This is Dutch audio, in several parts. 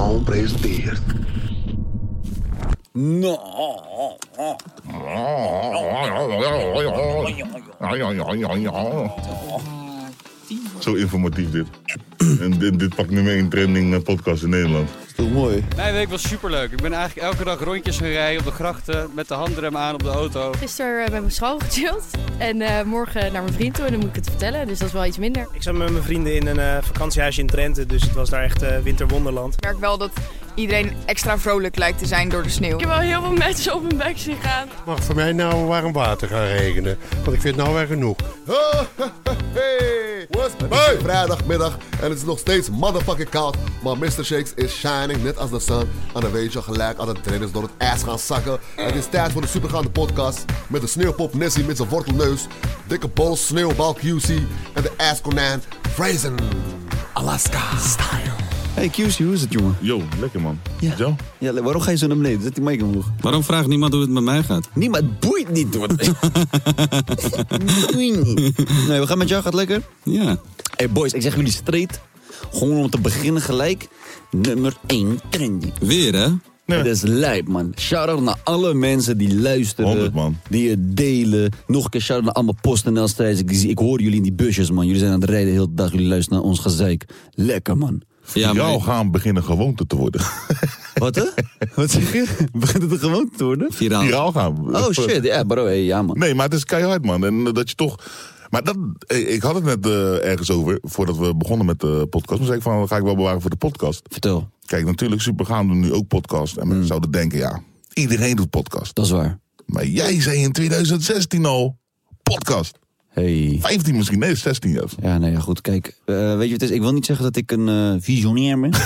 Toon presenteert. Zo informatief dit. En dit pakt nummer 1 trending podcast in Nederland. Dat is toch mooi? Mijn week was superleuk. Ik ben eigenlijk elke dag rondjes gaan rijden op de grachten met de handrem aan op de auto. Gisteren met mijn school gechilled en morgen naar mijn vriend toe en dan moet ik het vertellen, dus dat is wel iets minder. Ik zat met mijn vrienden in een vakantiehuisje in Drenthe, dus het was daar echt winterwonderland. Ik merk wel dat iedereen extra vrolijk lijkt te zijn door de sneeuw. Ik heb wel heel veel mensen op mijn bek zien gaan. Mag voor mij nou warm water gaan regenen, want ik vind het nou weer genoeg. Hey, what's up? Vrijdagmiddag en het is nog steeds motherfucking koud, maar Mr. Shakes is shining net als de sun. En dan weet je gelijk aan de trainers door het ijs gaan zakken. Het is tijd voor de supergaande podcast met de sneeuwpop Nessie met zijn wortelneus, dikke bol sneeuwbal QC en de ijskonijn Frazen. Alaska style. Hey QC, hoe is het, jongen? Yo, lekker man. Ja. Zo? Ja, waarom ga je zo naar beneden? Zet die mic omhoog. Waarom vraagt niemand hoe het met mij gaat? Niemand boeit niet, hoor. Nee, we gaan met jou, gaat lekker? Ja. Hey boys, ik zeg jullie straight. Gewoon om te beginnen gelijk. Nummer 1 trending. Weer, hè? Nee. Dat is lijp, man. Shout-out naar alle mensen die luisteren. 100, man. Die het delen. Nog een keer shout-out naar allemaal PostNL-strijders. Ik hoor jullie in die busjes, man. Jullie zijn aan het rijden de hele dag. Jullie luisteren naar ons gezeik. Lekker, man. Ja, Jou maar gaan beginnen gewoonte te worden. Wat, hè? Wat zeg je? Begint het een gewoonte te worden? Viraal gaan. Oh, shit. Ja, bro. Hey, ja, man. Nee, maar het is keihard, man. En dat je toch... Maar dat, ik had het net ergens over, voordat we begonnen met de podcast. Maar zei ik van, dat ga ik wel bewaren voor de podcast. Vertel. Kijk, natuurlijk, supergaan doen nu ook podcast. En mensen zouden denken, ja, iedereen doet podcast. Dat is waar. Maar jij zei in 2016 al, podcast. Hey. 15 misschien, nee, 16 jaar. Ja, nee, ja, goed. Kijk, weet je wat het is? Ik wil niet zeggen dat ik een visionair ben.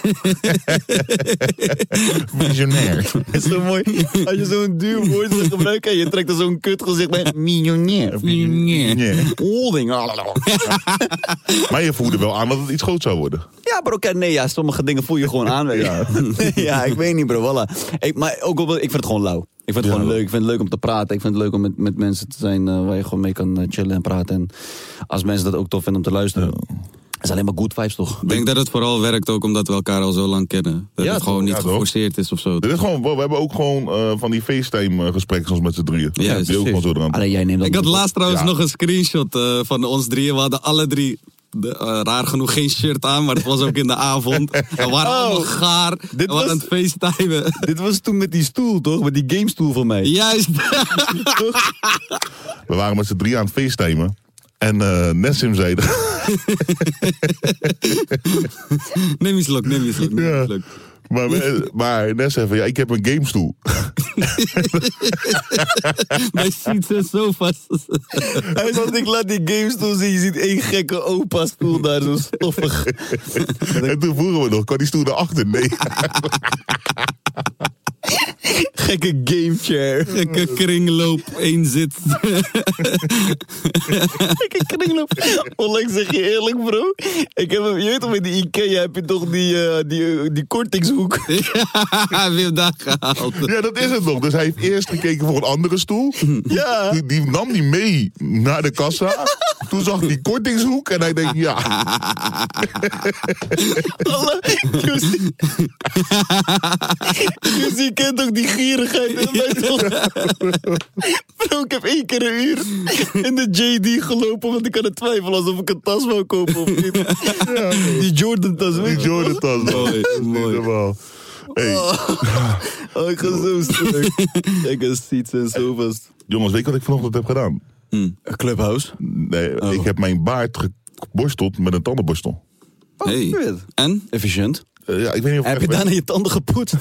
Visionair. Het is zo mooi. Als je zo'n duur woord zou gebruiken en je trekt er zo'n kutgezicht bij. Miljonair. Ja. Holding. Maar je voelde wel aan dat het iets groots zou worden. Ja, bro, nee, ja, sommige dingen voel je gewoon aan. Weet je. Ja, ik weet niet, bro, voilà. Maar ook, ik vind het gewoon lauw. Ik vind het gewoon leuk. Ik vind het leuk om te praten. Ik vind het leuk om met mensen te zijn waar je gewoon mee kan chillen en praten. En als mensen dat ook tof vinden om te luisteren. Het is alleen maar good vibes, toch? ik denk dat het vooral werkt ook omdat we elkaar al zo lang kennen. Dat Ja, het gewoon niet ja, geforceerd is of zo. Dit is gewoon, we hebben ook gewoon van die FaceTime gesprekken soms met z'n drieën. Ja, die ook gewoon zo eraan. Alleen jij neemt dat Ik had laatst trouwens Ja. nog een screenshot van ons drieën. We hadden alle drie... raar genoeg geen shirt aan, maar het was ook in de avond. We waren allemaal gaar. We waren aan het facetimen. Dit was toen met die stoel, toch? Met die gamestoel van mij. Juist. We waren met z'n drieën aan het FaceTimen. En Nessim zei... Neem eens lok. Ja. Maar Nes zei van, ja, ik heb een gamestoel. Mijn seats zijn zo vast. Hij zegt, ik laat die gamestoel zien. Je ziet één gekke opa-stoel daar, zo stoffig. En toen vroegen we nog, kan die stoel naar achter? Nee. Gekke gamechair. Gekke kringloop, één zit. Gekke kringloop. Onlangs zeg je eerlijk, bro. Ik heb hem, je weet toch, met die Ikea heb je toch die kortingshoek. Ja, weer daar gehaald. Ja, dat is het nog. Dus hij heeft eerst gekeken voor een andere stoel. Ja. Die nam die mee naar de kassa. Toen zag hij die kortingshoek en hij denkt, ja. Je kent ook die gierigheid. Bro, ik heb 1 keer een uur in de JD gelopen, want ik had het twijfelen alsof ik een tas wou kopen of niet. Ja. Die Jordan tas, weet Die je. Jordan tas. Mooi. Niet normaal. Hey. Oh, ik ga zo stuk. Kijk, een seats en zo vast. Jongens, weet je wat ik vanochtend heb gedaan? Een clubhouse. Nee, ik heb mijn baard geborsteld met een tandenborstel. Hey. Shit. En? Efficiënt. Ja, ik weet niet of Heb je daarna je tanden gepoetst?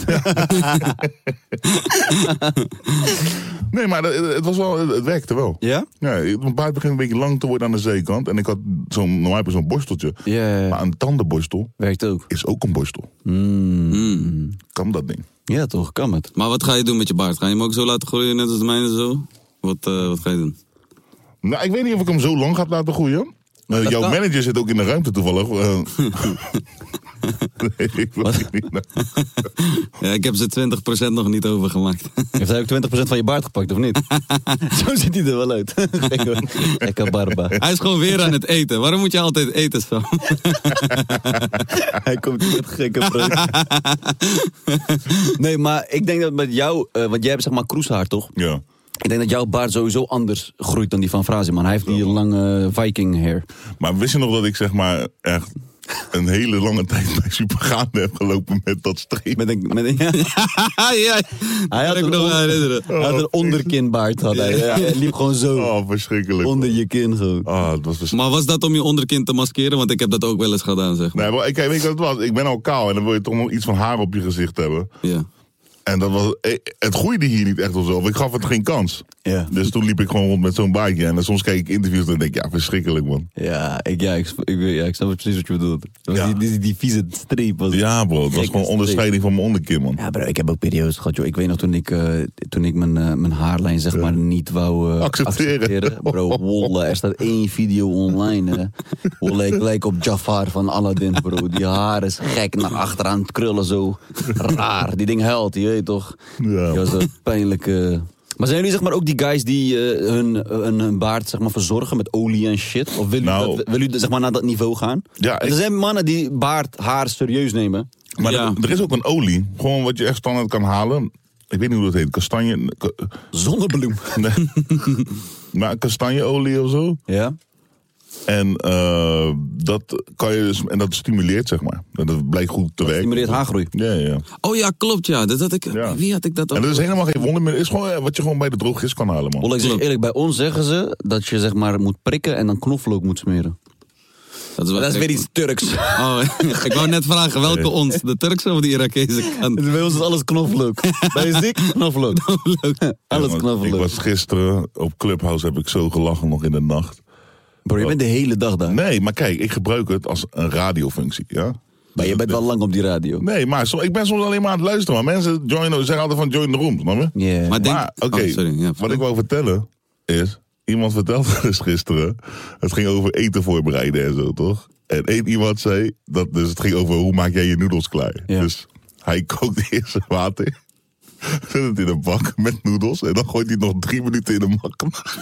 Nee, maar het werkte wel. Ja? Ja, mijn baard begint een beetje lang te worden aan de zijkant. En ik had normaal heb je zo'n borsteltje. Ja. Maar een tandenborstel Werkt ook. is ook een borstel. Kan dat ding? Ja, toch? Kan het. Maar wat ga je doen met je baard? Ga je hem ook zo laten groeien, net als de mijne zo? Wat ga je doen? Nou, ik weet niet of ik hem zo lang ga laten groeien. Jouw manager zit ook in de ruimte toevallig. Nee, ik wil niet. Ja, ik heb ze 20% nog niet overgemaakt. Heeft hij ook 20% van je baard gepakt, of niet? Zo ziet hij er wel uit. Gekke barba. Hij is gewoon weer aan het eten. Waarom moet je altijd eten, Sam? Hij komt met gekke brood. Nee, maar ik denk dat met jou... want jij hebt zeg maar kroeshaar, toch? Ja. Ik denk dat jouw baard sowieso anders groeit dan die van Frazi, man. Hij heeft die lange Viking hair. Maar wist je nog dat ik zeg maar echt een hele lange tijd bij Supergaande heb gelopen met dat streep? Met een ja. Ja, Hij had een onderkinbaard. Hij liep gewoon zo. Oh, verschrikkelijk. Onder je kin gewoon. Oh, het was verschrikkelijk. Maar was dat om je onderkin te maskeren? Want ik heb dat ook wel eens gedaan, zeg maar. Nee, maar kijk, weet je wat het was? Ik ben al kaal en dan wil je toch nog iets van haar op je gezicht hebben. Ja. En dat was, het groeide hier niet echt of zo. Of ik gaf het geen kans. Ja. Dus toen liep ik gewoon rond met zo'n baardje. En dan soms kijk ik interviews en denk ik, ja, verschrikkelijk, man. Ik snap precies wat je bedoelt. Dat was die vieze streep. Was Ja, bro. Het was gewoon onderscheiding van mijn onderkin, man. Ja, bro, ik heb ook periodes gehad, joh. Ik weet nog toen ik mijn haarlijn zeg maar niet wou accepteren. Bro, wolle, er staat 1 video online. Hè. Wolle, ik lijk op Jafar van Aladdin, bro. Die haar is gek naar achteraan het krullen zo. Raar. Die ding huilt, je weet toch. Ja. Die was een pijnlijke... Maar zijn jullie zeg maar ook die guys die hun baard zeg maar verzorgen met olie en shit? Of wil jullie zeg maar naar dat niveau gaan? Ja, Er zijn mannen die baard, haar serieus nemen. Maar Ja. er is ook een olie. Gewoon wat je echt standaard kan halen. Ik weet niet hoe dat heet. Kastanje... Zonnebloem. Nee. Maar kastanjeolie of zo. Ja. En dat kan je dus... En dat stimuleert, zeg maar. En dat blijkt goed te werken. Stimuleert haargroei. Ja. Oh ja, klopt ja. Dat had ik, Ja. Wie had ik dat ook? En dat is helemaal geen wonder meer. Het is gewoon wat je gewoon bij de drogist kan halen, man. Olle, ik zeg je eerlijk, bij ons zeggen ze dat je zeg maar moet prikken en dan knoflook moet smeren. wel Dat is weer iets Turks. Oh, ik wou net vragen, welke ons? De Turkse of de Irakese kant? Bij ons is alles knoflook. Ben je ziek? Knoflook. Alles Ik knoflook. was gisteren op Clubhouse, heb ik zo gelachen nog in de nacht. Bro, je bent de hele dag daar. Nee, maar kijk, ik gebruik het als een radiofunctie, ja. Maar je bent wel lang op die radio. Nee, maar ik ben soms alleen maar aan het luisteren. Maar mensen zeggen altijd van join the room, snap je? Yeah. Maar oké, wat ik wou vertellen is... Iemand vertelde dus gisteren... Het ging over eten voorbereiden en zo, toch? En één iemand zei... Dus het ging over hoe maak jij je noedels klaar. Ja. Dus hij kookt eerst water... Zet het in een bak met noedels... En dan gooit hij nog 3 minuten in de magnetron.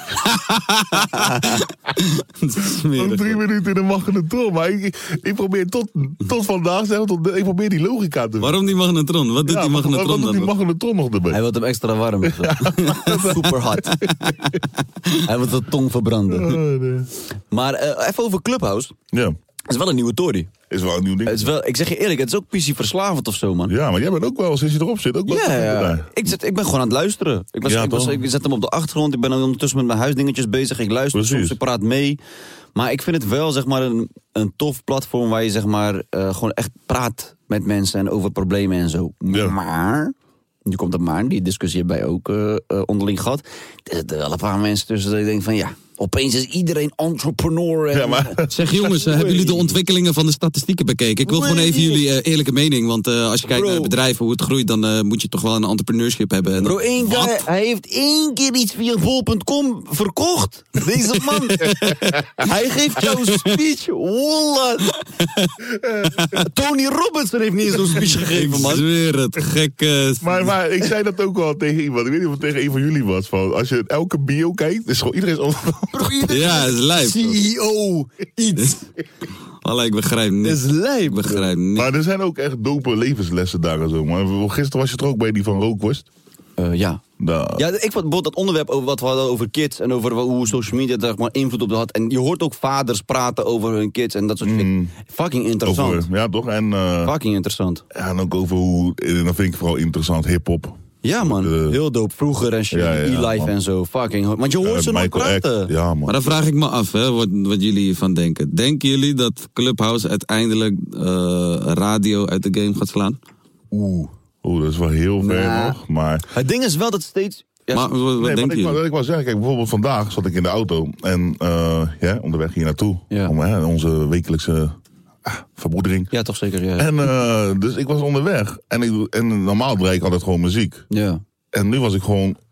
Smerig. 3 minuten in de magnetron. Maar ik probeer tot vandaag... ik probeer die logica te... Waarom die magnetron? Wat doet die magnetron wat doet die dan? magnetron nog erbij? Hij wil hem extra warm. Super hot. Hij wil de tong verbranden. Nee. Maar even over Clubhouse. Ja, Het is wel een nieuwe tory. is wel een nieuw ding. Het is wel, ik zeg je eerlijk, het is ook PC-verslavend of zo, man. Ja, maar jij bent ook wel, sinds je erop zit, ook wel... Ja. Ik ben gewoon aan het luisteren. Ik zet hem op de achtergrond. Ik ben ondertussen met mijn huisdingetjes bezig. Ik luister soms, ik praat mee. Maar ik vind het wel zeg maar een tof platform waar je zeg maar gewoon echt praat met mensen en over problemen en zo. Ja. Maar, nu komt het maar, die discussie hebben wij ook onderling gehad. Er zitten wel een paar mensen tussen dat ik denk van ja, opeens is iedereen entrepreneur. En, Ja, maar... Zeg jongens, hebben jullie de ontwikkelingen van de statistieken bekeken? Ik wil gewoon even jullie eerlijke mening. Want als je kijkt naar bedrijven, hoe het groeit... dan moet je toch wel een entrepreneurship hebben. En Bro, hij heeft 1 keer iets via vol.com verkocht. Deze man. Hij geeft jou een speech. Wallah. Tony Robinson heeft niet eens zo'n speech gegeven, man. Ik zweer het, gekke... Maar ik zei dat ook wel tegen iemand. Ik weet niet of het tegen een van jullie was. Van, als je elke bio kijkt, is gewoon iedereen... Ja, het is lijp. CEO, iets. Allee, ik begrijp niet. Dat is lijp. Ik begrijp niet. Maar er zijn ook echt dope levenslessen daar en zo. Maar gisteren was je er ook bij die van Rookworst. Ja. Nou, Ja, ik vond bijvoorbeeld dat onderwerp over wat we hadden over kids en over hoe social media zeg maar invloed op dat had. En je hoort ook vaders praten over hun kids en dat soort shit. Fucking interessant. ja, toch? En, Fucking interessant. ja, en ook over hoe, en dat vind ik vooral interessant, hip-hop. Ja, man. Heel dope. Vroeger en shit. Ja, E-Life man. en zo. Fucking. Want je hoort ze nog Michael praten. Act. Ja, man. Maar dan vraag ik me af, hè, wat jullie hiervan denken. Denken jullie dat Clubhouse uiteindelijk radio uit de game gaat slaan? Oeh, dat is wel heel ver Nou. nog. Maar, Het ding is wel dat steeds... Ja, Maar wat denken jullie? wat ik wou zeggen, kijk, bijvoorbeeld vandaag zat ik in de auto. En onderweg hier naartoe. Ja. Om onze wekelijkse verbroedering. ja, toch zeker. Ja. En dus ik was onderweg. En normaal draai ik altijd gewoon muziek. Ja. En nu was ik gewoon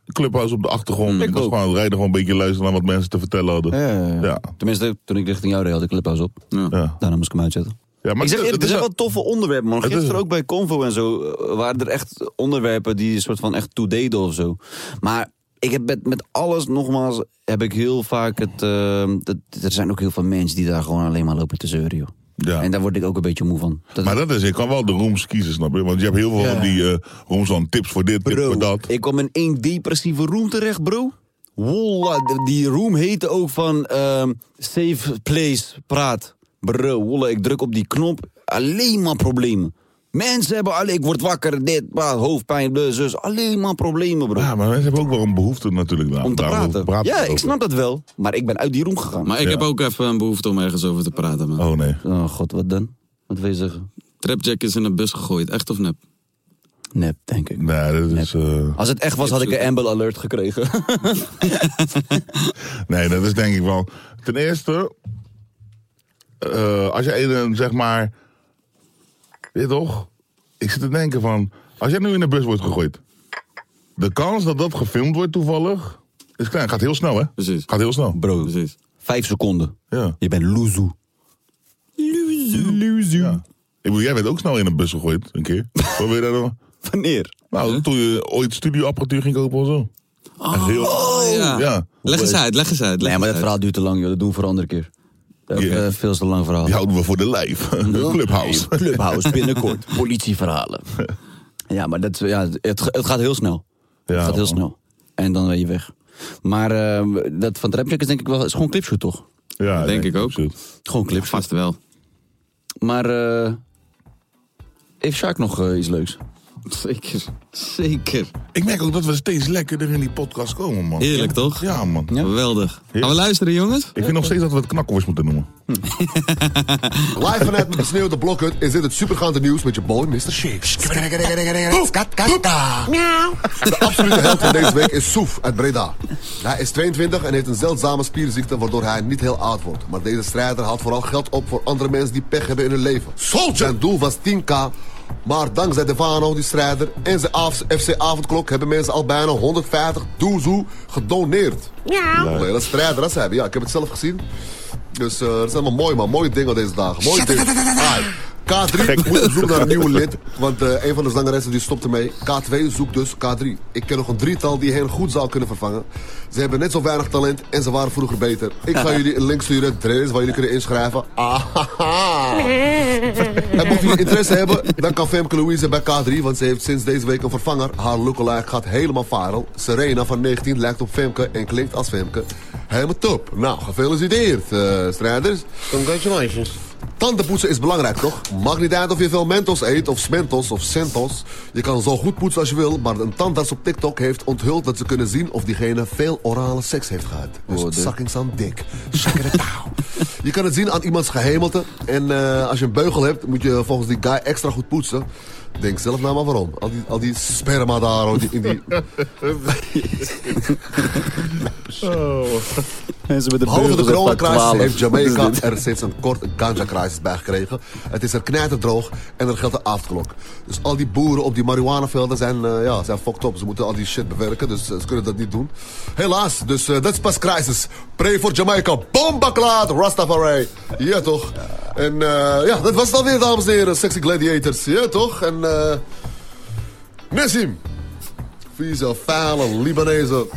Clubhouse op de achtergrond. Ik was ook. gewoon aan het rijden, gewoon een beetje luisteren naar wat mensen te vertellen hadden. Ja. Tenminste, toen ik richting jou reed, had ik Clubhouse op. Ja. Daarna moest ik hem uitzetten. Ja, maar Ik zeg eerlijk, het er is zijn wel toffe onderwerpen, man. Het is- Gisteren ook bij Convo en zo waren er echt onderwerpen die een soort van echt to-date of zo. Maar ik heb met alles, nogmaals, heb ik heel vaak er zijn ook heel veel mensen die daar gewoon alleen maar lopen te zeuren, joh. Ja. En daar word ik ook een beetje moe van. Maar dat is, je kan wel de rooms kiezen, snap je? Want je hebt heel veel van die rooms van tips voor dit, tips voor dat. Ik kwam in één depressieve room terecht, bro. Wallah, die room heette ook van Safe Place Praat. Bro, wallah, ik druk op die knop, alleen maar problemen. Mensen hebben alleen, ik word wakker, dit, hoofdpijn, zus, alleen maar problemen, bro. Ja, maar mensen hebben ook wel een behoefte natuurlijk daar. Om te daarover praten. Ja, ik over. snap dat wel. Maar ik ben uit die room gegaan. Maar ik heb ook even een behoefte om ergens over te praten, man. Oh nee. Oh god, wat dan? Wat wil je zeggen? Trapjack is in een bus gegooid, echt of nep? Nep, denk ik. Nee, dat is... Als het echt was, had ik een Amber Alert gekregen. Nee, dat is denk ik wel... Ten eerste... als jij zeg maar... Weet je toch? Ik zit te denken van... Als jij nu in de bus wordt gegooid... De kans dat dat gefilmd wordt toevallig... Is klein. Gaat heel snel, hè? Precies. Gaat heel snel. Bro, Precies. 5 seconden. Ja. Je bent loezoe. Ja. Ik bedoel, jij werd ook snel in een bus gegooid, een keer. Wat wil je daar dan? Wanneer? Nou, toen je ooit studioapparatuur ging kopen of zo. Echt heel... Ja. Ja. Leg eens uit. Nee, maar dat verhaal duurt te lang, joh. Dat doen we voor een andere keer. Dat is Ja. veel te lang verhaal. Die houden we voor de lijf. Clubhouse. Clubhouse, binnenkort. Politieverhalen. Ja, maar het gaat heel snel. Ja, Het gaat heel man. snel. En dan ben je weg. Maar dat van Trapjack is denk ik wel... is gewoon clipshoot, toch? Ja, Denk ik ook. absoluut. Gewoon clipshoot. Vast wel. Maar heeft Sjaak nog iets leuks? Zeker. Zeker. Ik merk ook dat we steeds lekkerder in die podcast komen, man. Heerlijk, toch? Ja, man. Ja. Geweldig. Gaan we luisteren, jongens? Ik vind nog steeds dat we het knakkoors moeten noemen. Live vanuit de besneeuwde blokhut is dit het supergaande nieuws met je boy Mr. Shakes. De absolute held van deze week is Soef uit Breda. Hij is 22 en heeft een zeldzame spierziekte waardoor hij niet heel oud wordt. Maar deze strijder haalt vooral geld op voor andere mensen die pech hebben in hun leven. Zijn doel was 10k. Maar dankzij Devano, die strijder, en zijn FC Avondklok hebben mensen al bijna 150 doezoe gedoneerd. Ja. Dat strijder, dat zei hij. Ja, ik heb het zelf gezien. Dus dat is allemaal mooi, man. Mooie dingen deze dagen. Mooie dingen. K3 moet op zoek naar een nieuwe lid. Want een van de zangeressen die stopt ermee. K2 zoekt dus K3. Ik ken nog een drietal die hen goed zou kunnen vervangen. Ze hebben net zo weinig talent en ze waren vroeger beter. Ik ga jullie een link sturen, trainers waar jullie kunnen inschrijven. En mocht jullie interesse hebben, dan kan Femke Louise bij K3. Want ze heeft sinds deze week een vervanger. Haar lookalike gaat helemaal viral. Serena van 19 lijkt op Femke en klinkt als Femke. Helemaal top. Nou, gefeliciteerd, strijders. Congratulations. Tandenpoetsen is belangrijk, toch? Maakt niet uit of je veel Mentos eet, of Smentos, of Centos. Je kan zo goed poetsen als je wil, maar een tandarts op TikTok heeft onthuld dat ze kunnen zien of diegene veel orale seks heeft gehad. Dus sucking some dick. Je kan het zien aan iemands gehemelte. En als je een beugel hebt, moet je volgens die guy extra goed poetsen. Denk zelf nou maar waarom. Al die sperma daar in die... Mensen met de Behalve de beugels coronacrisis van 12. heeft Jamaica Wat is dit? er sinds een kort een ganja-crisis bij gekregen. Het is er knijterdroog en er geldt de avondklok. Dus al die boeren op die marihuanavelden zijn fucked up. Ze moeten al die shit bewerken, dus ze kunnen dat niet doen. Helaas, dus dat is pas crisis. Pray for Jamaica. Bombaklaat, Rastafari. Ja, toch? En dat was het alweer, dames en heren. Sexy gladiators. Ja, toch? En Nessim. Vieze, vuile Libanezen.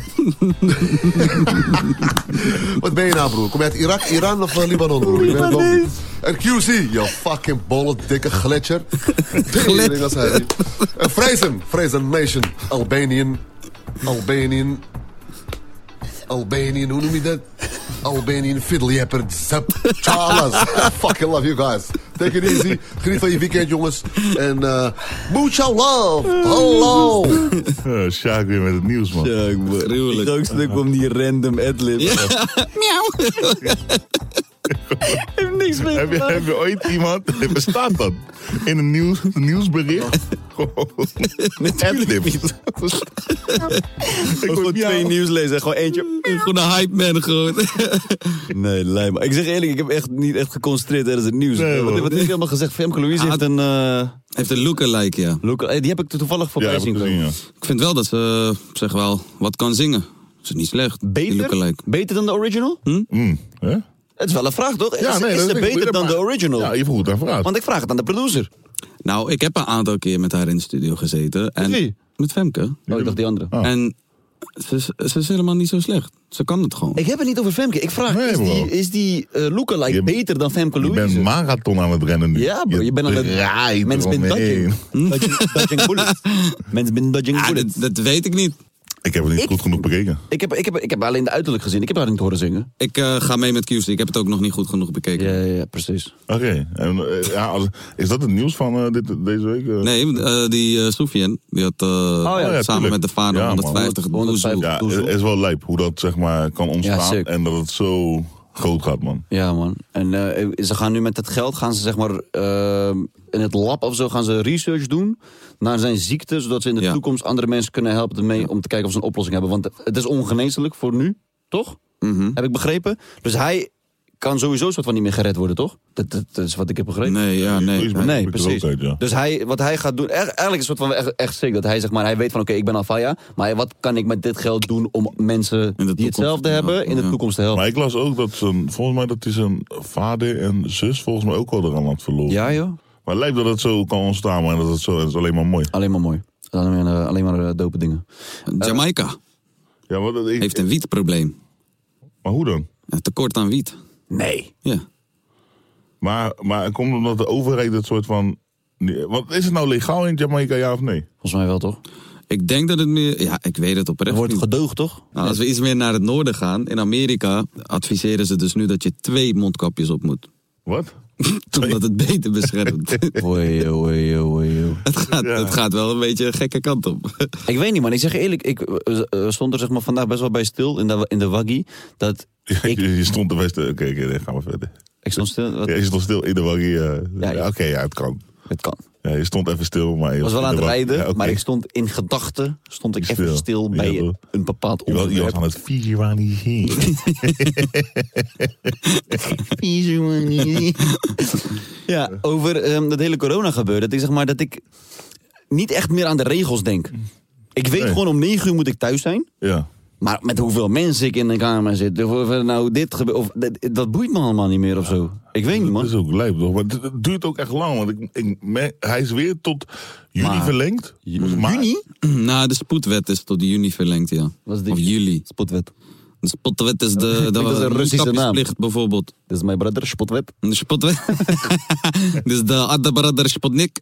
Wat ben je nou, broer? Kom je uit Irak, Iran of Libanon, broer? Ik weet het ook niet. En QC, je fucking bolle, dikke gletsjer. En Frazen Nation. Albanian, hoe noem je dat? Albanian fiddlejapper, zap, Charles. Fucking love you guys. Take it easy. Geniet van je weekend, jongens. En mucho love. Hallo. Sjaak weer met het nieuws, man. Ja, ik ook stuk om die random adlibs. Miauw. Heeft niks mee Heb je ooit iemand... Bestaat dat? In een nieuwsbericht? Gewoon... Natuurlijk niet. Gewoon 2 nieuws lezen. Gewoon eentje. Gewoon een hype man gewoon. Nee, lijm. Ik zeg eerlijk, ik heb echt niet echt geconcentreerd tijdens het nieuws. Nee, wat heeft hij allemaal gezegd? Femke Louise heeft een... Heeft een lookalike, ja. Die heb ik toevallig voorbij zien komen. Ik vind wel dat ze, zeg wel, wat kan zingen. Dat is niet slecht. die Beter? lookalike. Beter dan de original? Hè? Het is wel een vraag, toch? Ja, nee, is dat ze is beter goed, dan maar- de original? Ja, je vroeg het aan vraag. Want ik vraag het aan de producer. Nou, ik heb een aantal keer met haar in de studio gezeten. En wie? Met Femke. Oh, ik dacht die andere. Oh. En ze is helemaal niet zo slecht. Ze kan het gewoon. Ik heb het niet over Femke. Ik vraag, Nee, is die lookalike Je- beter dan Femke Je Louise? bent marathon aan het rennen nu. Ja, bro. Je bent aan het... draait Mensen bent eromheen. dodging bullets. Mensen bent dodging Ja, bullets. dat weet ik niet. Ik heb het niet goed genoeg bekeken. Ik heb alleen de uiterlijk gezien. Ik heb haar niet horen zingen. Ik ga mee met QC. Ik heb het ook nog niet goed genoeg bekeken. Ja, precies. Oké. Is dat het nieuws van deze week? Nee, die Soufiane, die had samen tuurlijk. met de vader Ja, 150 doezel. Ja, het is wel lijp hoe dat zeg maar kan ontstaan. Ja, sick. En dat het zo groot gaat, man. Ja, man. En ze gaan nu met het geld, gaan ze zeg maar in het lab of zo, gaan ze research doen naar zijn ziekte, zodat ze in de toekomst andere mensen kunnen helpen ermee om te kijken of ze een oplossing hebben. Want het is ongeneeslijk voor nu, toch? Heb ik begrepen. Dus hij kan sowieso soort van niet meer gered worden, toch? Dat is wat ik heb begrepen. Nee, precies. Dus wat hij gaat doen, eigenlijk is het soort van echt sick. Dat hij zeg maar, hij weet van oké, ik ben Alfaya, maar wat kan ik met dit geld doen om mensen die hetzelfde hebben in de toekomst te helpen? Maar ik las ook dat volgens mij dat hij zijn vader en zus volgens mij ook al eraan had verloren. Ja, joh. Maar het lijkt dat het zo kan ontstaan, maar dat is alleen maar mooi. Alleen maar mooi. Alleen maar dope dingen. Jamaica Ja, heeft een wietprobleem. Maar hoe dan? Een tekort aan wiet. Nee. Ja. Maar komt omdat de overheid het soort van... Want is het nou legaal in Jamaica, ja of nee? Volgens mij wel, toch? Ik denk dat het meer... Ja, ik weet het oprecht Er wordt niet. gedoogd, toch? Nou, als we iets meer naar het noorden gaan, in Amerika adviseren ze dus nu dat je 2 mondkapjes op moet. Wat? Omdat het beter beschermt. Het gaat wel een beetje een gekke kant op. Ik weet niet, man. Ik zeg je eerlijk, ik stond er zeg maar vandaag best wel bij stil in de waggie. Dat Je stond er best... Oké, nee, gaan we verder. ik stond stil. Wat? Ja, je stond stil in de waggie. Ja. Oké, het kan. Het kan. Ja, je stond even stil, maar... Ik was wel aan het rijden, ja, maar ik stond in gedachten even stil bij Ja, een bepaald je was onderwerp. aan het visualiseren. Ja, over dat hele corona gebeuren. Dat ik zeg maar dat ik niet echt meer aan de regels denk. Ik weet gewoon om 9 uur moet ik thuis zijn. Ja. Maar met hoeveel mensen ik in de kamer zit, of er nou dit gebeurt, of dat boeit me allemaal niet meer of zo. Ik weet niet, man. Dat is ook lijp, toch? Maar het duurt ook echt lang, want hij is weer tot juni verlengd. Juni? Nou, de spoedwet is tot juni verlengd, ja. Wat is die? Of juli. Spotwet. De spoedwet is de Dat is een Russische naam. mondkapjesplicht bijvoorbeeld. Dit is mijn brother, Spotwet. De spoedwet. Dus de andere brother Sputnik.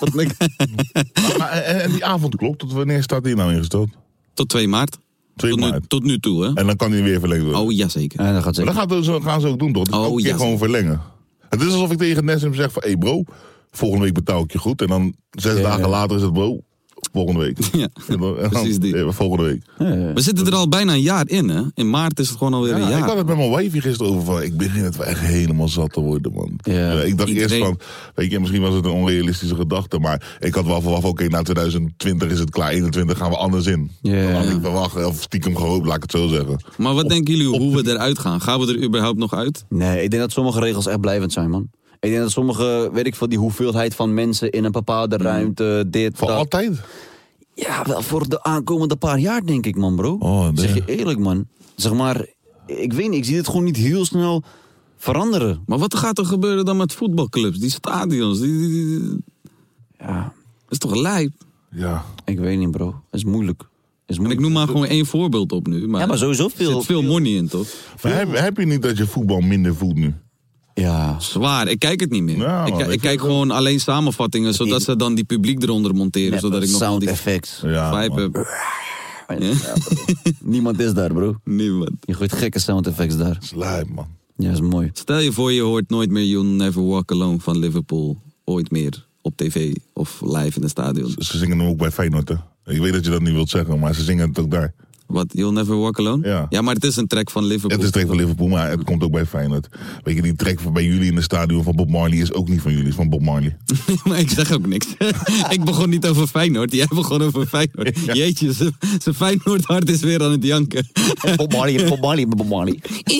En die avondklok, tot wanneer staat die nou ingesteld? Tot 2 maart. 2 maart. Tot nu toe, hè? En dan kan die weer verlengd worden. Oh, jazeker. Ja, dat gaat zeker. Maar dat gaan ze ook doen, toch? Dus elke keer gewoon verlengen. Het is alsof ik tegen Nessim zeg van... Hé bro, volgende week betaal ik je goed. En dan 6 dagen later is het bro... Volgende week. Ja, precies die. Volgende week. We zitten er al bijna een jaar in, hè? In maart is het gewoon alweer een Ja, jaar. ik had het met mijn wifey gisteren over van... Ik begin het wel echt helemaal zat te worden, man. Ja. Ik dacht Iedereen. eerst van... Weet je, misschien was het een onrealistische gedachte. Maar ik had wel verwacht... Oké, na 2020 is het klaar. 21 gaan we anders in. Ja. Dan had ik verwacht, of stiekem gehoopt, laat ik het zo zeggen. Maar wat denken jullie hoe we eruit gaan? Gaan we er überhaupt nog uit? Nee, ik denk dat sommige regels echt blijvend zijn, man. Ik denk dat sommige, weet ik veel, die hoeveelheid van mensen in een bepaalde ruimte, dit, Voor dat. altijd? Ja, wel voor de aankomende paar jaar, denk ik, man, bro. Oh, nee. Zeg je eerlijk, man. Zeg maar, ik weet niet, ik zie dit gewoon niet heel snel veranderen. Maar wat gaat er gebeuren dan met voetbalclubs? Die stadions, Ja, dat is toch lijp? Ja. ik weet niet, bro. Het is moeilijk. En ik noem maar gewoon 1 voorbeeld op nu. Maar Ja, maar sowieso er zit veel money in, toch? Maar heb je niet dat je voetbal minder voelt nu? Ja. Zwaar, ik kijk het niet meer. Ja, man, ik kijk gewoon alleen samenvattingen, zodat ze dan die publiek eronder monteren. Net Zodat ik nog al sound die effects. Ja, vibe man. heb. Ja, bro. Niemand is daar, bro. Niemand. Je gooit gekke sound effects daar. Dat is lijp, man. Ja, is mooi. Stel je voor, je hoort nooit meer You'll Never Walk Alone van Liverpool. Ooit meer op tv of live in het stadion. Ze zingen hem ook bij Feyenoord, hè? Ik weet dat je dat niet wilt zeggen, maar ze zingen het ook daar. Wat, You'll Never Walk Alone? Ja. Maar het is een track van Liverpool. Het is een track van Liverpool, maar het komt ook bij Feyenoord. Weet je, die track van bij jullie in het stadion van Bob Marley is ook niet van jullie, is van Bob Marley. Maar ik zeg ook niks. Ik begon niet over Feyenoord, jij begon over Feyenoord. Ja. Jeetje, zijn Feyenoord hart is weer aan het janken. Bob Marley. Bob Marley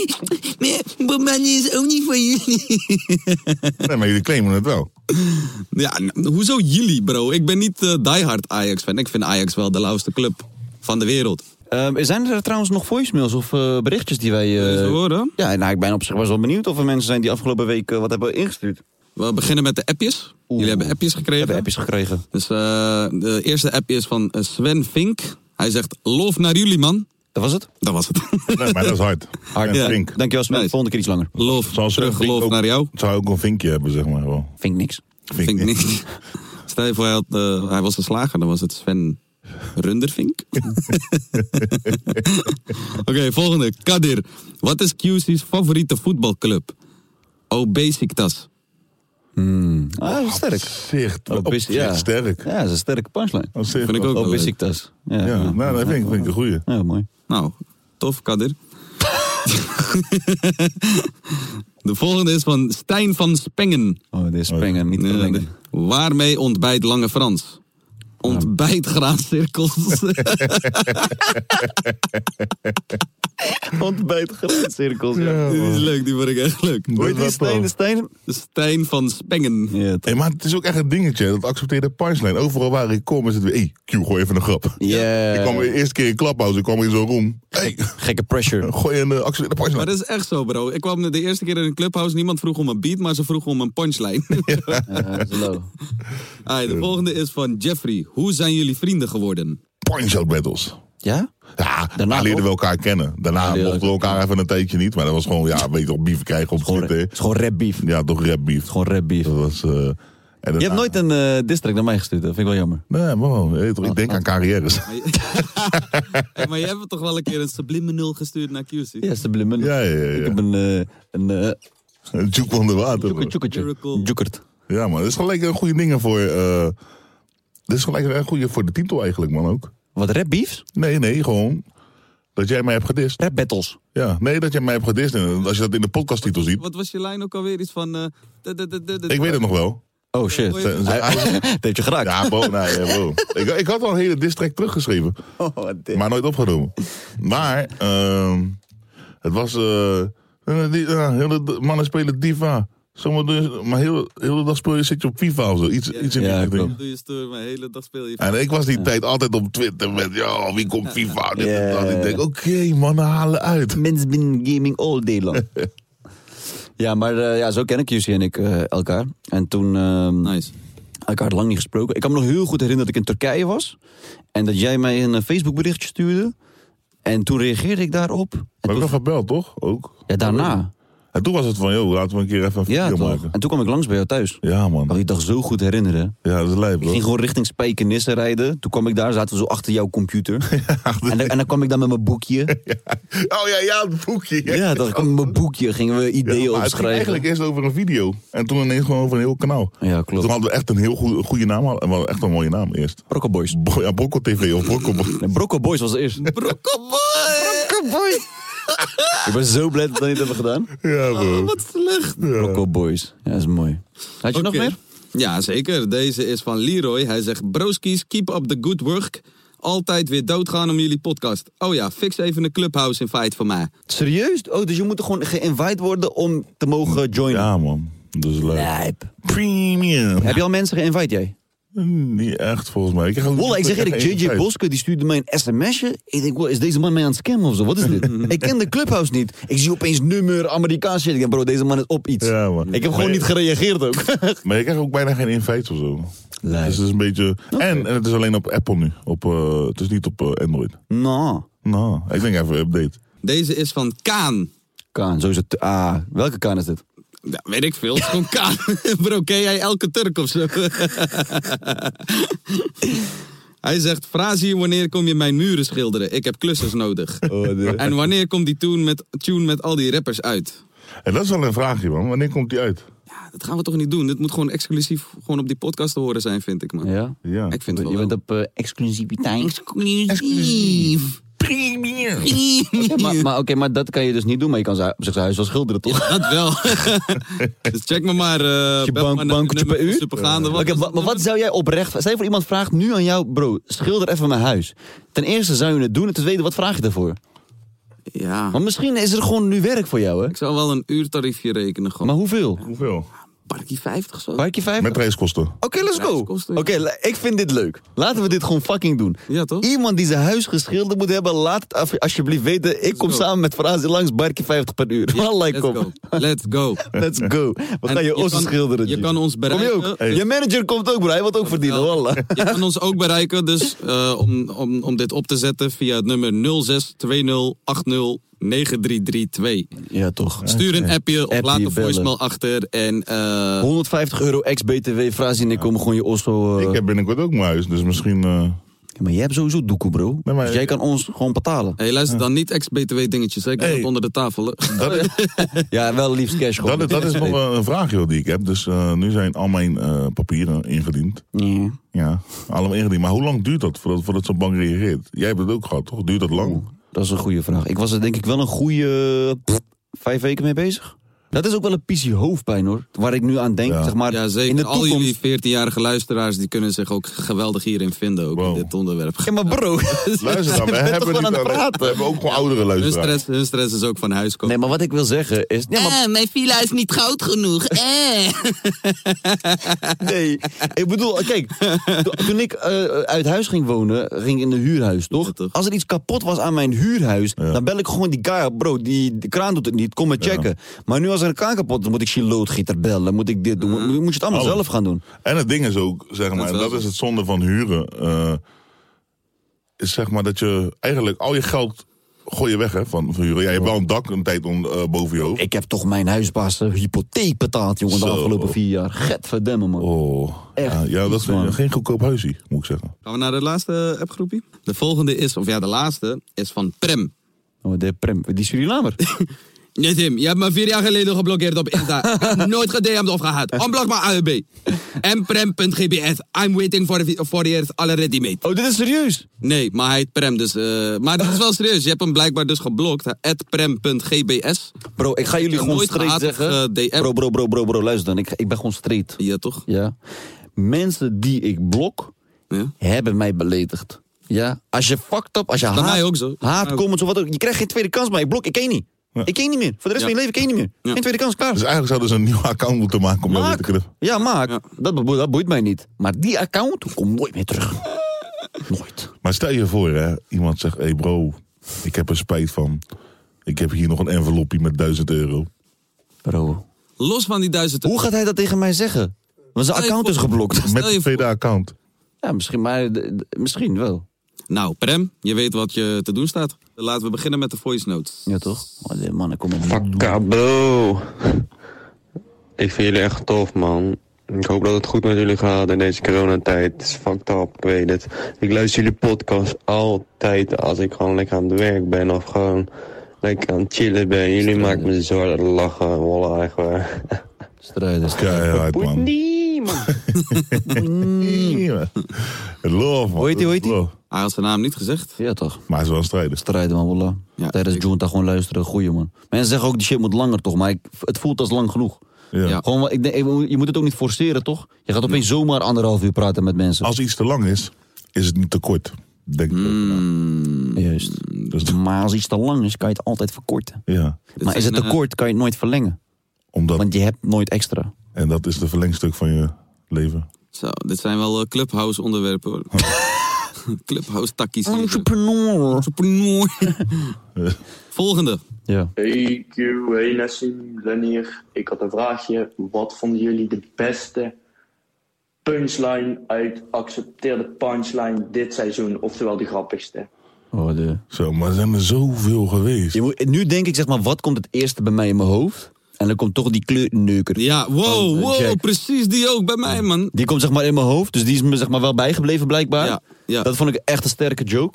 is ook niet van jullie. Nee, maar jullie claimen het wel. Ja, hoezo jullie, bro? Ik ben niet diehard Ajax-fan. Ik vind Ajax wel de lauwste club van de wereld. Zijn er trouwens nog voicemails of berichtjes die wij... horen? Ja, nou, ik ben op zich wel benieuwd of er mensen zijn die afgelopen week wat hebben ingestuurd. We beginnen met de appjes. Jullie hebben appjes gekregen. We hebben appjes gekregen. Dus de eerste appje is van Sven Vink. Hij zegt, loof naar jullie, man. Dat was het? Dat was het. Nee, maar dat is hard. Hard. Ja. Vink. Dankjewel Sven, volgende keer iets langer. Loof, Zoals terug, Vink geloof ook- naar jou. Het zou ook een vinkje hebben, zeg maar. Wel. Vind ik niks. Vink niet. Stel je voor, hij was een slager, dan was het Sven Rundervink. Oké, volgende. Kadir. Wat is QC's favoriete voetbalclub? Besiktas. Dat is sterk. Zicht. Op zich sterk. Ja, dat is een sterke punchline. Op zich Vind ik wel. ook wel leuk. Besiktas. Ja, Ja, nou, dat vind ik een goeie. Ja, mooi. Nou, tof, Kadir. De volgende is van Stijn van Spengen. Oh, dit is Spengen, niet verlengen. Waarmee ontbijt Lange Frans? Ontbijtgraancirkels. Ontbijtgraancirkels, ja. Die is leuk, die vond ik echt leuk. Hoe heet die Dat Stijn? Stijn van Spengen. Ja, Hey, maar het is ook echt een dingetje, dat accepteerde punchline. Overal waar ik kom is het weer, hey, Q, gooi even een grap. Ja. Ik kwam de eerste keer in Clubhouse, ik kwam in zo'n room. Hey, Gekke pressure. gooi een accepteerde Maar punchline. dat is echt zo, bro. Ik kwam de eerste keer in een clubhouse. Niemand vroeg om een beat, maar ze vroegen om een punchline. Dat is low. De volgende is van Jeffrey. Hoe zijn jullie vrienden geworden? Punch-out battles. Ja? Ja, Daarna we leerden toch? we elkaar kennen. Daarna leerden mochten we elkaar even een tijdje niet. Maar dat was gewoon, ja, weet je toch, beef krijgen op Twitter. Het is gewoon rap beef. Ja, toch rap beef. Gewoon rap beef. Dat was... en Je hebt nooit een district naar mij gestuurd, dat vind ik wel jammer. Nee, maar weet je toch, ik denk aan carrières. Hey, maar jij hebt toch wel een keer een subliminal gestuurd naar QC? Ja, subliminal. Ja. Ik heb een Een joek onder water. man. Miracle. Joekert. Ja, man. Dat is gelijk een goede dingen voor... dit is gelijk een goede voor de titel eigenlijk, man, ook. Wat, rap beefs? Nee, gewoon... Dat jij mij hebt gedist. Rap battles. Ja, nee, dat jij mij hebt gedist. En als je dat in de podcasttitel ziet... Wat was je lijn ook alweer? Iets van... Ik weet het nog wel. Oh shit. Hoe heet Dat heeft je geraakt. Ja, bro. Nee, ja, bro. Ik had al een hele diss track teruggeschreven. Maar nooit opgenomen. Maar... het was... hele mannen spelen Diva. Maar heel de dag speel je, zit je op FIFA of zo. Iets in die richting. klopt. Doe je stoer, maar de hele dag speel je... En ik was die tijd altijd op Twitter met... Yo, wie komt FIFA? Dit en dat. Ik denk, oké, mannen, halen uit. Men's been gaming all day long. Ja, maar zo kennen QC en ik elkaar. En toen... Nice. elkaar lang niet gesproken. Ik kan me nog heel goed herinneren dat ik in Turkije was. En dat jij mij een Facebook berichtje stuurde. En toen reageerde ik daarop. We hebben nog gebeld, toch? Ook. Ja, daarna. En toen was het van, joh, laten we een keer even een Ja, video toch. maken. En toen kwam ik langs bij jou thuis. Ja, man. Ik kan die dag zo goed herinneren. Ja, dat is lijp, Ik bro. ging gewoon richting Spijkenisse rijden. Toen kwam ik daar, zaten we zo achter jouw computer. En dan kwam ik daar met mijn boekje. Oh ja, het boekje. Ja, dan kwam ik met mijn boekje. Gingen we ideeën maar het ging opschrijven. eigenlijk eerst over een video. En toen ineens gewoon over een heel kanaal. Ja, klopt. Toen hadden we echt een heel goede naam. En we hadden echt een mooie naam eerst. Brocco Boys. Ja, Brocco TV of Brocco Boys. Nee, Brocco Boys was eerst. Brocco Boy! Ik ben zo blij dat we dat niet hebben gedaan. Ja, bro. Wat slecht. Brocco Boys. Ja, dat is mooi. Had je nog Oké. meer? Ja, zeker. Deze is van Leroy. Hij zegt, broskies, keep up the good work. Altijd weer doodgaan om jullie podcast. Oh ja, fix even een clubhouse invite voor mij. Serieus? Oh, dus je moet er gewoon geïnvite worden om te mogen joinen? Ja, man. Dat is leuk. Lijp. Premium. Heb je al mensen geïnvite, jij? Niet echt, volgens mij. Wolla, ik zeg eerlijk, JJ Boske die stuurde mij een sms'je. Ik denk, is deze man mij aan het scammen of zo? Wat is dit? Ik ken de Clubhouse niet. Ik zie opeens nummer, Amerikaans shit. Ik denk, bro, deze man is op iets. Ja, man. Ik heb gewoon niet gereageerd ook. Maar je krijgt ook bijna geen invites of zo. Lijp. Dus het is een beetje... En het is alleen op Apple nu. Het is niet op Android. Nou, Ik denk even update. Deze is van Kaan. Kaan, sowieso. Welke Kaan is dit? Ja, weet ik veel. Het is gewoon Kaan. Bro, ken jij elke Turk of zo? Hij zegt, Frazier, wanneer kom je mijn muren schilderen? Ik heb klussers nodig. En wanneer komt die tune met al die rappers uit? En dat is wel een vraagje, man. Wanneer komt die uit? Ja, dat gaan we toch niet doen? Dit moet gewoon exclusief gewoon op die podcast te horen zijn, vind ik, man. Ja? Ja. Ik vind het wel Je bent wel. op exclusiviteit. Exclusief. Premier. Oké, maar dat kan je dus niet doen. Maar je kan op zijn huis wel schilderen, toch? Ja, dat wel. Dus check me maar. Bankje per uur? Supergaande. Maar wat zou jij oprecht... Stel je voor iemand vraagt nu aan jou... Bro, schilder even mijn huis. Ten eerste zou je het doen. En ten tweede, wat vraag je daarvoor? Ja. Maar misschien is er gewoon nu werk voor jou, hè? Ik zou wel een uurtariefje rekenen. Gewoon. Maar hoeveel? Parkie 50 zo. Parkie 50? Met reiskosten. Oké, let's go. Oké, ik vind dit leuk. Laten we dit gewoon fucking doen. Ja, toch? Iemand die zijn huis geschilderd moet hebben, laat het alsjeblieft weten. Ik kom samen met Frazi langs, Parkie 50 per uur. Let's go. Let's go. We gaan je ossen schilderen. Je kan ons bereiken. Kom je ook? Hey. Je manager komt ook, bro. Hij wil ook verdienen. Wallah. Je kan ons ook bereiken, dus om dit op te zetten via het nummer 0620809332. Ja, toch. Stuur een appje of laat een voicemail achter. En, €150 ex-BTW, Frazi en ik komen gewoon je osso... Ik heb binnenkort ook mijn huis, dus misschien... Ja, maar jij hebt sowieso doekoe, bro. Nee, maar... Dus jij kan ons gewoon betalen. Hey, luister dan niet ex-BTW dingetjes, hè? Ik heb het onder de tafel. Ja, wel liefst cash gewoon. Dat is nog een vraag, joh, die ik heb. Dus nu zijn al mijn papieren ingediend. Ja, allemaal ingediend. Maar hoe lang duurt dat voordat zo'n bank reageert? Jij hebt het ook gehad, toch? Duurt dat lang? Dat is een goede vraag. Ik was er denk ik wel een goede 5 weken mee bezig. Dat is ook wel een pissie hoofdpijn, hoor. Waar ik nu aan denk, zeg maar. Ja, zeker. In de toekomst... Al jullie 14-jarige luisteraars, die kunnen zich ook geweldig hierin vinden. Ook in dit onderwerp. Ja, maar bro. Luister dan, we hebben ook gewoon oudere luisteraars. Hun stress is ook van huis komen. Nee, maar wat ik wil zeggen is... Ja, maar... mijn villa is niet groot genoeg. Nee, ik bedoel, kijk. Toen ik uit huis ging wonen, ging ik in een huurhuis, toch? Ja, toch? Als er iets kapot was aan mijn huurhuis, dan bel ik gewoon die guy op. Bro, de kraan doet het niet, kom maar checken. Ja. Maar nu als er een kraan kapot is, dan moet ik je loodgieter bellen. Moet ik dit doen. Moet je het allemaal zelf gaan doen. En het ding is ook, zeg maar, en dat is het zonde van huren. Is zeg maar dat je eigenlijk al je geld gooi je weg, hè, van huren. Ja, je hebt wel een dak een tijd boven je hoofd. Ik heb toch mijn huisbaas hypotheek betaald, jongen, de afgelopen 4 jaar. Gadverdamme, man. Oh. Echt. Ja, dat is geen goedkoop huisje, moet ik zeggen. Gaan we naar de laatste appgroepie? De volgende is, of ja, de laatste, is van Prem. Oh, de Prem, die Surinamer. Nee, Tim, je hebt me 4 jaar geleden geblokkeerd op Insta. Ik heb nooit gedM'd of gehad. Onblok maar AUB. mprem.gbs. I'm waiting for years already, mate. Oh, dit is serieus? Nee, maar hij heet Prem, dus... maar dat is wel serieus. Je hebt hem blijkbaar dus geblokt. @prem.gbs. Bro, ik ga jullie gewoon straight zeggen. Bro, luister dan. Ik ben gewoon straight. Ja, toch? Ja. Mensen die ik blok, hebben mij beledigd. Ja. Als je fucked up, als je haat comments of wat ook. Je krijgt geen tweede kans, maar ik ken je niet. Ja. Ik ken je niet meer. Voor de rest van je leven ken je niet meer. Geen tweede kans, klaar. Dus eigenlijk zouden ze een nieuw account moeten maken om jou weer te kunnen. Ja, maak. Ja. Dat boeit mij niet. Maar die account komt nooit meer terug. Nooit. Maar stel je voor, hè. Iemand zegt, hey bro, ik heb er spijt van. Ik heb hier nog een envelopje met €1000. Bro. Los van die €1000. Hoe gaat hij dat tegen mij zeggen? Want zijn account is geblokt. Met een tweede account. Ja, misschien wel. Nou, Prem, je weet wat je te doen staat. Laten we beginnen met de voice notes. Ja, toch? Oh, die mannen komen Fakka, bro. Ik vind jullie echt tof, man. Ik hoop dat het goed met jullie gaat in deze coronatijd. Het is fucked up, ik weet het. Ik luister jullie podcast altijd als ik gewoon lekker aan het werk ben of gewoon lekker aan het chillen ben. Jullie maken me zo hard lachen, wallah, echt waar. Strijders. Keihard, man. Love, man. Hoe heet hij? Hij had zijn naam niet gezegd. Ja, toch? Maar hij is wel een strijder. Strijden, man, wallah. Ja, tijdens Junta gewoon luisteren, goeie, man. Mensen zeggen ook, die shit moet langer, toch? Maar het voelt als lang genoeg. Ja. Gewoon, je moet het ook niet forceren, toch? Je gaat opeens zomaar 1,5 uur praten met mensen. Als iets te lang is het niet te kort. Denk ik ook. Juist. Dus maar als iets te lang is, kan je het altijd verkorten. Ja. Maar is het te kort, kan je het nooit verlengen. Want je hebt nooit extra. En dat is de verlengstuk van je leven. Zo, dit zijn wel Clubhouse onderwerpen, hoor. Clubhouse takkies. Entrepreneur. Volgende. Ja. Hey Q, hey Nassim, Len hier. Ik had een vraagje. Wat vonden jullie de beste punchline uit Accepteerde Punchline dit seizoen? Oftewel de grappigste. Zo, maar er zijn er zoveel geweest. Nu denk ik, zeg maar, wat komt het eerste bij mij in mijn hoofd? En dan komt toch die kleurneuker. Ja, wow, precies die ook bij mij, man. Die komt zeg maar in mijn hoofd, dus die is me zeg maar wel bijgebleven blijkbaar. Ja. Dat vond ik echt een sterke joke.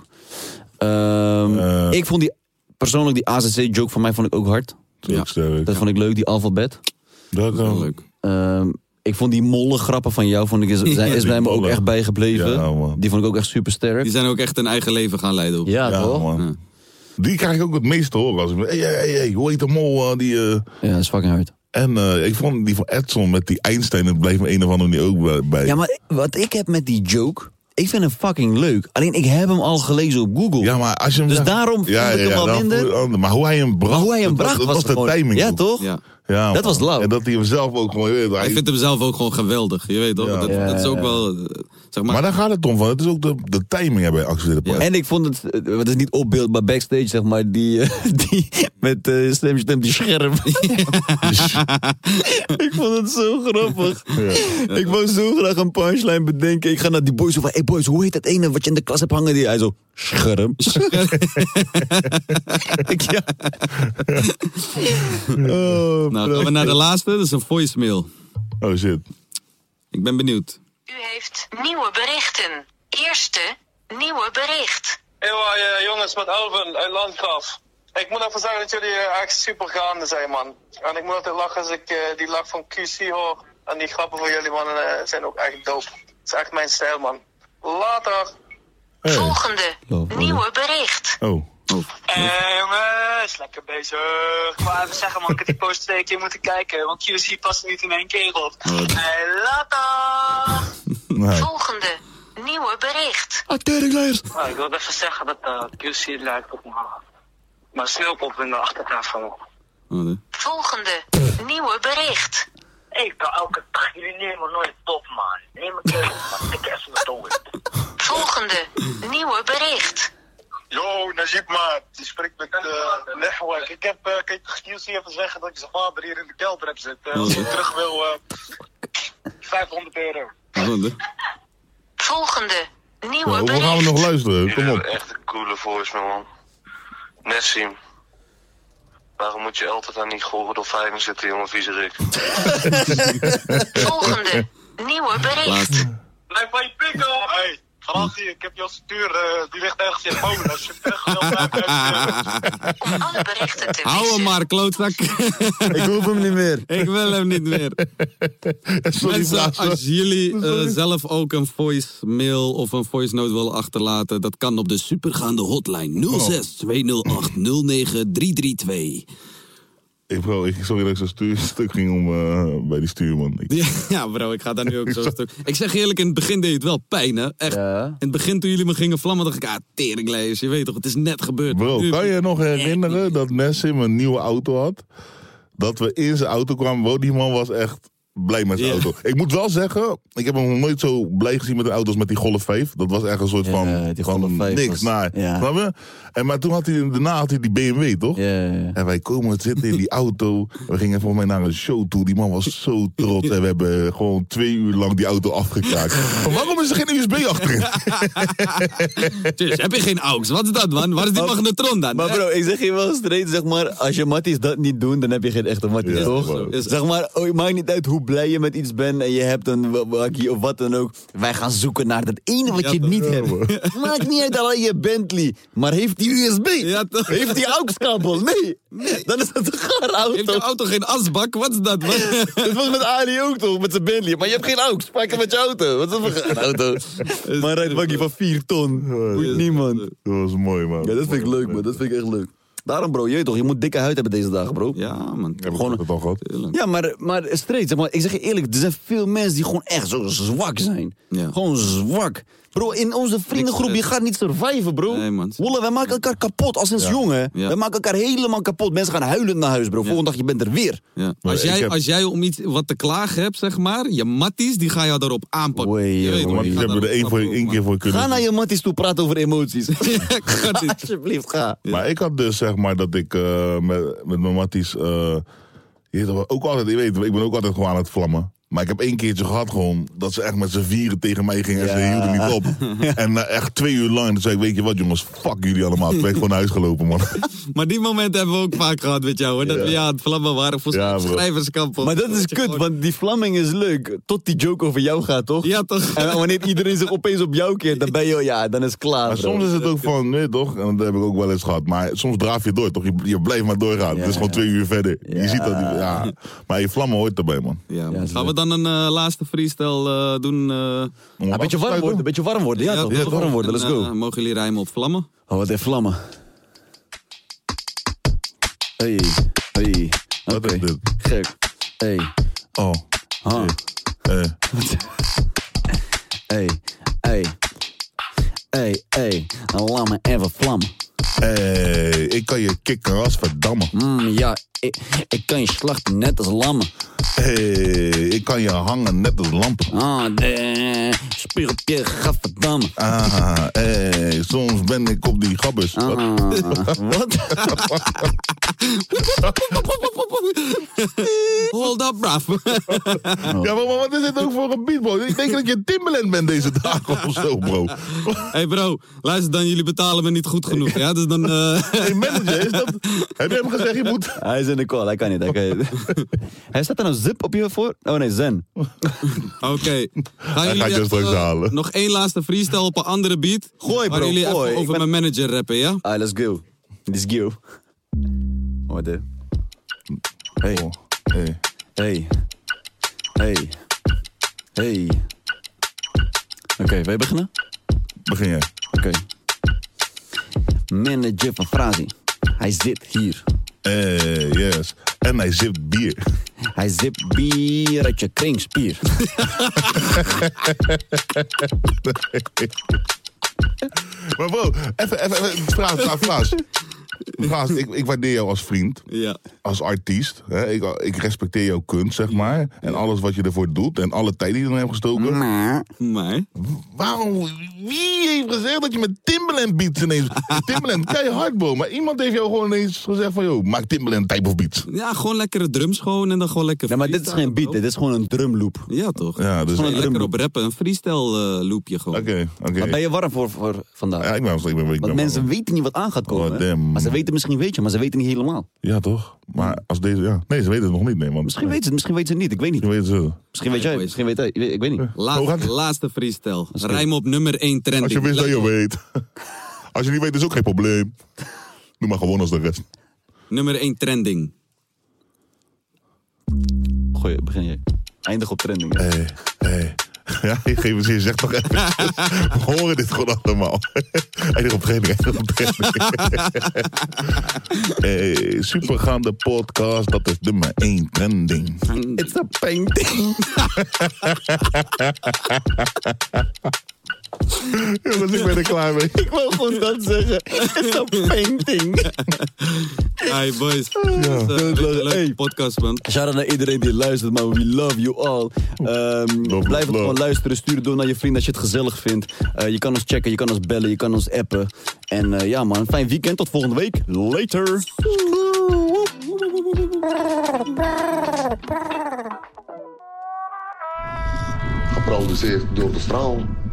Ik vond persoonlijk die AZC-joke van mij vond ik ook hard. Sterk. Dat vond ik leuk, die alfabet. Dat is wel leuk. Ik vond die molle grappen van jou is bij me ook echt bijgebleven. Ja, die vond ik ook echt super sterk. Die zijn ook echt een eigen leven gaan leiden. Ook. Ja, toch? Man. Ja. Die krijg ik ook het meest te horen. Als ik hey, hoe heet de mol? Ja, dat is fucking hard. En ik vond die van Edson met die Einstein, het blijft me een of andere manier ook bij. Ja, maar wat ik heb met die joke, ik vind hem fucking leuk. Alleen ik heb hem al gelezen op Google. Ja, maar als je hem dus daarom vond ik hem wel minder. Maar hoe hij hem bracht, was de gewoon, timing. Ja, toch? Ja, dat was lauw. En dat hij hem zelf ook gewoon... Ik vind hem zelf ook gewoon geweldig. Je weet toch? Dat is ook wel... zeg maar daar gaat het om van. Het is ook de timing bij Accepteerde Pijn. En ik vond het is niet opbeeldbaar backstage, zeg maar, die met stem die scherm. Ik vond het zo grappig. Ik wou zo graag een punchline bedenken. Ik ga naar die boys van, hey boys, hoe heet dat ene wat je in de klas hebt hangen? Hij zo, scherm. Nou, gaan we naar de laatste. Dat is een voicemail. Oh shit. Ik ben benieuwd. U heeft nieuwe berichten. Eerste nieuwe bericht. Hey jongens, met Elvin uit Landgraf. Ik moet even zeggen dat jullie echt super gaande zijn, man. En ik moet altijd lachen als ik die lach van QC hoor. En die grappen van jullie, man, zijn ook echt dope. Het is echt mijn stijl, man. Later. Hey. Volgende nieuwe bericht. Jongens, lekker bezig. Ik wou even zeggen, man, ik heb die post 2 keer moeten kijken. Want QC past er niet in 1 keer op. Later. Volgende nieuwe bericht. Ik wil even zeggen dat QC lijkt op maar sneeuwpop in de achterkant van me. Volgende nieuwe bericht. Ik kan elke dag, jullie nemen nooit top, man. Neem een keer, man. Ik even met door. Volgende nieuwe bericht. Yo, Najib, maat. Die spreekt met Nehwek. Ik heb QC even zeggen dat ik zijn vader hier in de kelder heb zitten. Als hij terug wil, €500. Volgende nieuwe bericht. Hoe gaan we nog luisteren? Kom op. Echt een coole voicemail, man. Nessim. Waarom moet je altijd aan die gore dolfijnen zitten, jongen, viezerik? Volgende nieuwe bericht. Blijf van je pikkel! Hey, vanaf hier, ik heb je assutuur, die ligt ergens in Polen. Als je hem terug wil om alle berichten te hou hem maar, klootzak. Ik hoef hem niet meer. Ik wil hem niet meer. Mensen, als jullie zelf ook een voicemail of een voice note willen achterlaten, dat kan op de supergaande hotline 06 208 09 332. Sorry dat ik zo stuk ging om bij die stuurman. Ja bro, ik ga daar nu ook zo stuk. Ik zeg eerlijk, in het begin deed het wel pijn, hè? Echt. Ja. In het begin toen jullie me gingen vlammen, dacht ik, teringlijers, je weet toch, het is net gebeurd. Bro, kan je nog herinneren dat Nessim een nieuwe auto had? Dat we in zijn auto kwamen, bro, die man was echt blij met zijn auto. Ik moet wel zeggen, ik heb hem nog nooit zo blij gezien met een auto als met die Golf 5. Dat was echt een soort van niks naar. Snap je? Maar toen daarna had hij die BMW, toch? En wij komen zitten in die auto. We gingen volgens mij naar een show toe. Die man was zo trots. En we hebben gewoon 2 uur lang die auto afgekraakt. Waarom is er geen USB achterin? Dus, heb je geen AUX? Wat is dat, man? Waar is die magnetron dan? Maar bro, ik zeg je wel straight, zeg maar, als je matties dat niet doen, dan heb je geen echte matties, toch? Zeg maar, het maakt niet uit hoe blij je met iets bent en je hebt een wakkie of wat dan ook. Wij gaan zoeken naar dat ene wat je niet hebt. Maakt niet uit al je Bentley, maar heeft die USB? Ja, heeft die AUX-kabel? Nee. Dan is dat een gaar auto. Heeft je auto geen asbak? Wat is dat, man? Dat was met Ali ook toch, met zijn Bentley. Maar je hebt geen AUX, pak hem met je auto. Wat is dat voor een auto? Maar rijdt een bakje van 4 ton. Niemand. Dat was mooi, man. Ja, dat vind ik leuk, man. Dat vind ik echt leuk. Daarom, bro, je moet dikke huid hebben deze dagen, bro. Ja, man. Heb ik het al gehad? Ja, maar straight, zeg maar, ik zeg je eerlijk, er zijn veel mensen die gewoon echt zo zwak zijn. Ja. Gewoon zwak. Bro, in onze vriendengroep, je gaat niet surviven, bro. Nee, man. Wolle, wij maken elkaar kapot als sinds jongen. Ja. Wij maken elkaar helemaal kapot. Mensen gaan huilend naar huis, bro. Volgende dag, je bent er weer. Ja. Als jij om iets wat te klagen hebt, zeg maar, je matties, die gaan jou daarop aanpakken. Ik heb er één keer voor kunnen. Ga naar je matties toe, praten over emoties. Alsjeblieft, ga. Ja. Maar ik had dus, zeg maar, dat ik met mijn matties... ook altijd, je weet, ik ben ook altijd gewoon aan het vlammen. Maar ik heb 1 keertje gehad gewoon, dat ze echt met z'n vieren tegen mij gingen en ze hielden niet op. En echt 2 uur lang, toen zei ik, weet je wat jongens, fuck jullie allemaal. Toen ben ik gewoon naar huis gelopen, man. Maar die momenten hebben we ook vaak gehad met jou, hoor. Dat we aan het vlammen waren voor schrijverskamp. Maar dat is kut, want die vlamming is leuk. Tot die joke over jou gaat, toch? Ja, toch? En wanneer iedereen zich opeens op jou keert, dan ben je, dan is het klaar. Maar soms is het ook van, nee toch? En dat heb ik ook wel eens gehad. Maar soms draaf je door, toch? Je blijft maar doorgaan. Het is gewoon 2 uur verder. Je ziet dat, Maar je vlammen hoort erbij, man. Ja, gaan we dan een laatste freestyle doen? Een beetje warm worden. Ja, toch? Warm worden, let's go. Mogen jullie rijmen op vlammen? Oh, wat even vlammen. Hey. Oké, gek. Hey. Oh. Hey. Laat me even vlammen. Hey, ik kan je kicken als verdammen. Ja, ik kan je slachten net als lammen. Hey, ik kan je hangen net als lampen. Spiegeltje, gadverdamme. Hey, soms ben ik op die gabbers. Wat? Hold up, bruv. Ja, maar wat is dit ook voor een beat, bro? Ik denk dat je Timbaland bent deze dagen of zo, bro. Hey bro, luister dan, jullie betalen me niet goed genoeg. Ja, dus dan... Hey manager, is dat... Heb je hem gezegd, je moet... Hij is in de call, hij kan niet. Hij staat er nou zip op je voor? Oh nee, Zen. Oké. Hij gaat je straks halen. Nog één laatste freestyle op een andere beat. Gooi, bro, waar jullie gooi. even over mijn manager rappen, ja? Let's go. Let's go. Wat de... Hey. Oh, hey. Oké, wil je beginnen? Begin jij. Oké. Manager van Frazi. Hij zit hier. Yes. En hij zipt bier. Hij zipt bier uit je kringspier. Maar bro, even Fraas, ik waardeer jou als vriend. Ja. Als artiest. Hè? Ik respecteer jouw kunst, zeg maar. En alles wat je ervoor doet. En alle tijd die je erin hebt gestoken. Maar? Waarom? Wie heeft gezegd dat je met Timbaland beats ineens... Timbaland, keihard, bro. Maar iemand heeft jou gewoon ineens gezegd van... Yo, maak Timbaland type of beats. Ja, gewoon lekkere drums gewoon en dan gewoon lekker... Ja, maar dit is geen beat, dit is gewoon een drumloop. Ja, toch? Ja, dus... Gewoon lekker op rappen, een freestyle loopje gewoon. Oké. Maar ben je warm voor vandaag? Ja, ik ben Want mensen weten niet wat aan gaat komen. Oh, maar ze weten misschien, maar ze weten niet helemaal. Ja, toch? Maar als deze... Ja. Nee, ze weten het nog niet. Nee, want... Misschien weten ze het niet, ik weet niet. Misschien weet jij, misschien weet hij, ik weet niet. Laatste freestyle. Rijm op nummer 1 trending. Als je wist dat je weet. Als je niet weet, is ook geen probleem. Doe maar gewoon als de rest. Nummer 1 trending. Goeie, begin jij. Eindig op trending. Hey. Ja, je zegt toch even. We horen dit gewoon allemaal. Eindig op trending. Hey, supergaande podcast, dat is nummer 1 trending. It's a painting. Jongens, ik ben er klaar mee. Ik wil gewoon dat zeggen. It's a painting. Hi boys. Ja. Leuke podcast, man. Shout-out naar iedereen die luistert, man. We love you all. Blijf het gewoon luisteren. Stuur het door naar je vrienden als je het gezellig vindt. Je kan ons checken, je kan ons bellen, je kan ons appen. En ja man, fijn weekend. Tot volgende week. Later. Geproduceerd door de straal.